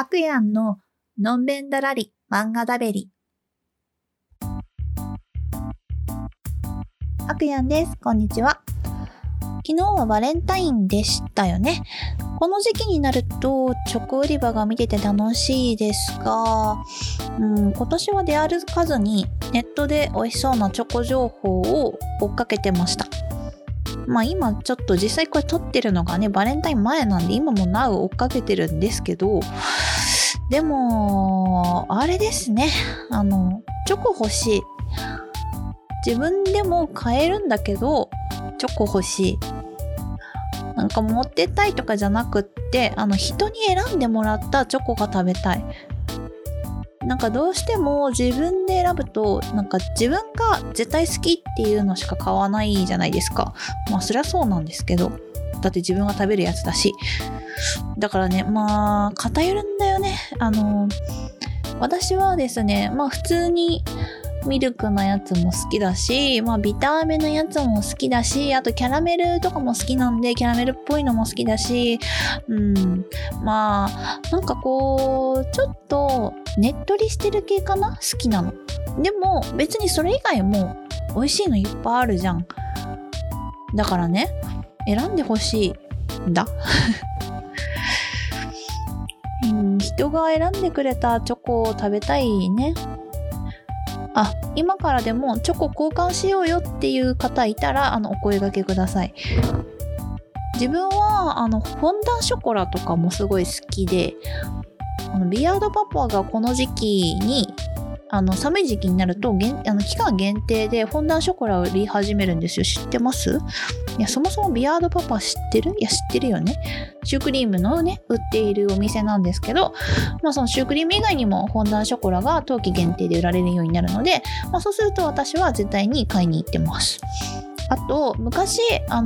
くやんののんべんだらり漫画だべり。あくやんです。こんにちは。昨日はバレンタインでしたよね。この時期になるとチョコ売り場が見てて楽しいですが、今年は出歩かずにネットで美味しそうなチョコ情報を追っかけてました。今ちょっと実際これ撮ってるのがねバレンタイン前なんで今もなお追っかけてるんですけど、でもあれですね、チョコ欲しい。自分でも買えるんだけどチョコ欲しい。なんか持ってったいとかじゃなくって人に選んでもらったチョコが食べたい。なんかどうしても自分で選ぶとなんか自分が絶対好きっていうのしか買わないじゃないですか。そりゃそうなんですけど、だって自分が食べるやつだし。だからね偏るんだよね。私はですね普通にミルクのやつも好きだし、ビターめのやつも好きだし、あとキャラメルとかも好きなんでキャラメルっぽいのも好きだし、なんかこうちょっとねっとりしてる系かな、好きなの。でも別にそれ以外も美味しいのいっぱいあるじゃん。だからね選んでほしいんだ人が選んでくれたチョコを食べたいね。今からでもチョコ交換しようよっていう方いたらお声掛けください。自分はフォンダンショコラとかもすごい好きで、ビアードパパがこの時期に寒い時期になると期間限定でフォンダンショコラを売り始めるんですよ。知ってます？いやそもそもビアードパパ知ってる？いや知ってるよね。シュークリームのね売っているお店なんですけど、そのシュークリーム以外にもフォンダンショコラが冬季限定で売られるようになるので、そうすると私は絶対に買いに行ってます。あと昔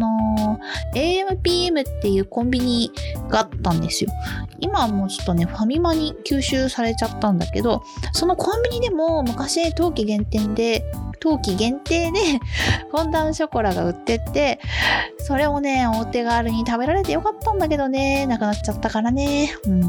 AMPM っていうコンビニがあったんですよ。今はもうちょっとねファミマに吸収されちゃったんだけど、そのコンビニでも昔冬季限定でフォンダンショコラが売ってて、それをねお手軽に食べられてよかったんだけどね、なくなっちゃったからね。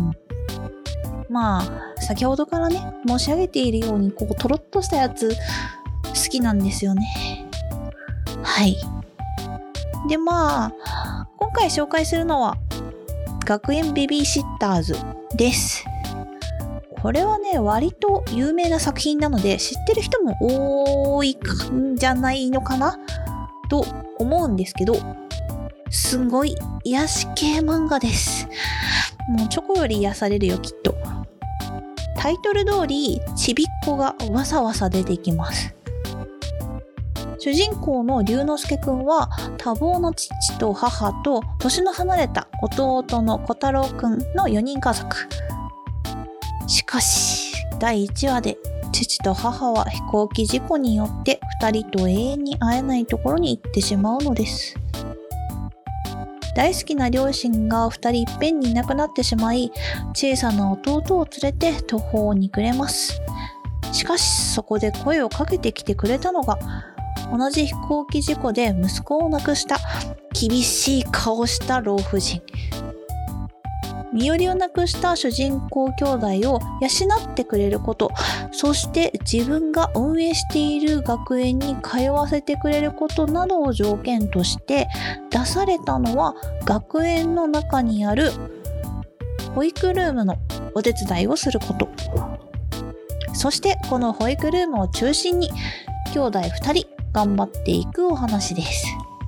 先ほどからね申し上げているようにこうトロッとしたやつ好きなんですよね。はい。で今回紹介するのは学園ベビーシッターズです。これはね割と有名な作品なので知ってる人も多いんじゃないのかなと思うんですけど、すごい癒し系漫画です。もうチョコより癒されるよきっと。タイトル通りちびっこがわさわさ出てきます。主人公の龍之介くんは多忙な父と母と年の離れた弟の小太郎くんの4人家族。しかし第1話で父と母は飛行機事故によって2人と永遠に会えないところに行ってしまうのです。大好きな両親が2人いっぺんにいなくなってしまい、小さな弟を連れて途方に暮れます。しかしそこで声をかけてきてくれたのが同じ飛行機事故で息子を亡くした厳しい顔をした老婦人。身寄りをなくした主人公兄弟を養ってくれること、そして自分が運営している学園に通わせてくれることなどを条件として出されたのは、学園の中にある保育ルームのお手伝いをすること。そしてこの保育ルームを中心に兄弟2人頑張っていくお話です。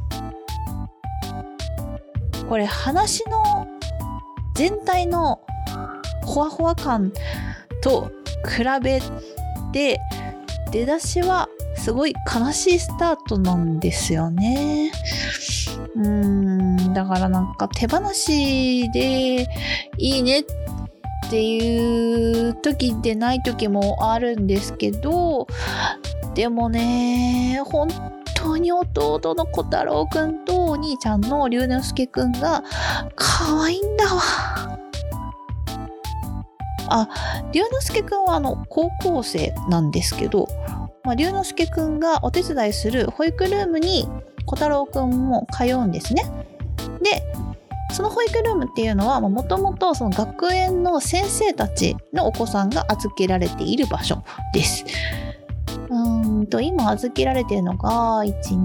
これ話の全体のほわほわ感と比べて出だしはすごい悲しいスタートなんですよね。だからなんか手放しでいいねっていう時でない時もあるんですけど、でもね本当に弟の小太郎くんとお兄ちゃんの龍之介くんが可愛いんだわ。龍之介くんは高校生なんですけど、龍之介くんがお手伝いする保育ルームに小太郎くんも通うんですね。でその保育ルームっていうのはもともとその学園の先生たちのお子さんが預けられている場所です。今預けられているのが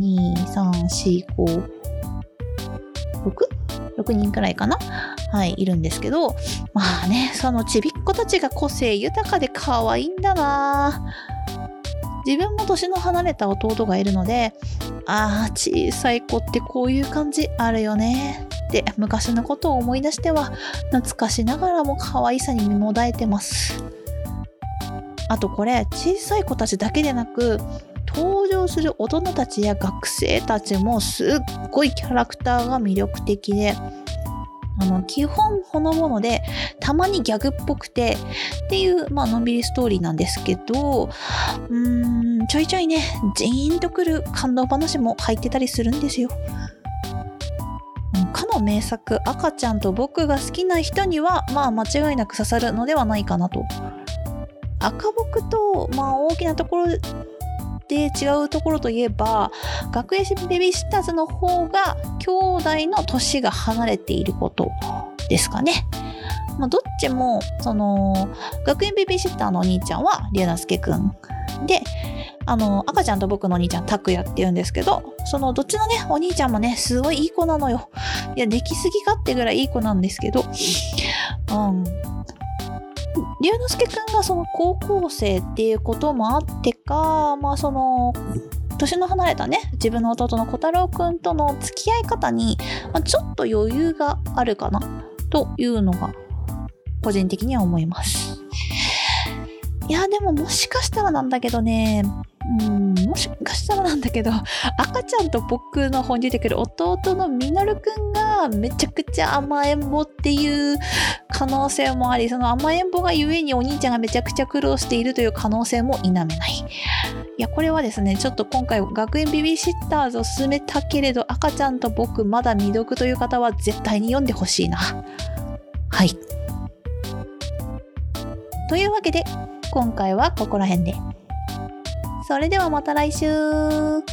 1,2,3,4,5,6人くらいかな、はい、いるんですけど、まあね、そのちびっ子たちが個性豊かで可愛いんだな。自分も年の離れた弟がいるので、小さい子ってこういう感じあるよねって昔のことを思い出しては懐かしながらも可愛さに身もだえてます。あとこれ小さい子たちだけでなく登場する大人たちや学生たちもすっごいキャラクターが魅力的で、基本ほのぼのでたまにギャグっぽくてっていう、のんびりストーリーなんですけど、ちょいちょいねジーンとくる感動話も入ってたりするんですよ。かの名作赤ちゃんと僕が好きな人には間違いなく刺さるのではないかなと。赤僕と大きなところで違うところといえば、学園ベビーシッターズの方が兄弟の年が離れていることですかね。どっちもその学園ベビーシッターのお兄ちゃんは龍之介くんで、赤ちゃんと僕のお兄ちゃん拓也っていうんですけど、そのどっちのねお兄ちゃんもねすごいいい子なのよ。いやできすぎかってぐらいいい子なんですけど、龍之介くんがその高校生っていうこともあってか、その年の離れたね自分の弟の小太郎くんとの付き合い方に、ちょっと余裕があるかなというのが個人的には思います。いやでももしかしたらなんだけど赤ちゃんと僕の方に出てくる弟のミノルくんがめちゃくちゃ甘えん坊っていう可能性もあり、その甘えん坊がゆえにお兄ちゃんがめちゃくちゃ苦労しているという可能性も否めない。いやこれはですね、ちょっと今回学園ベビーシッターズを勧めたけれど赤ちゃんと僕まだ未読という方は絶対に読んでほしいな。はい、というわけで今回はここら辺で。それではまた来週。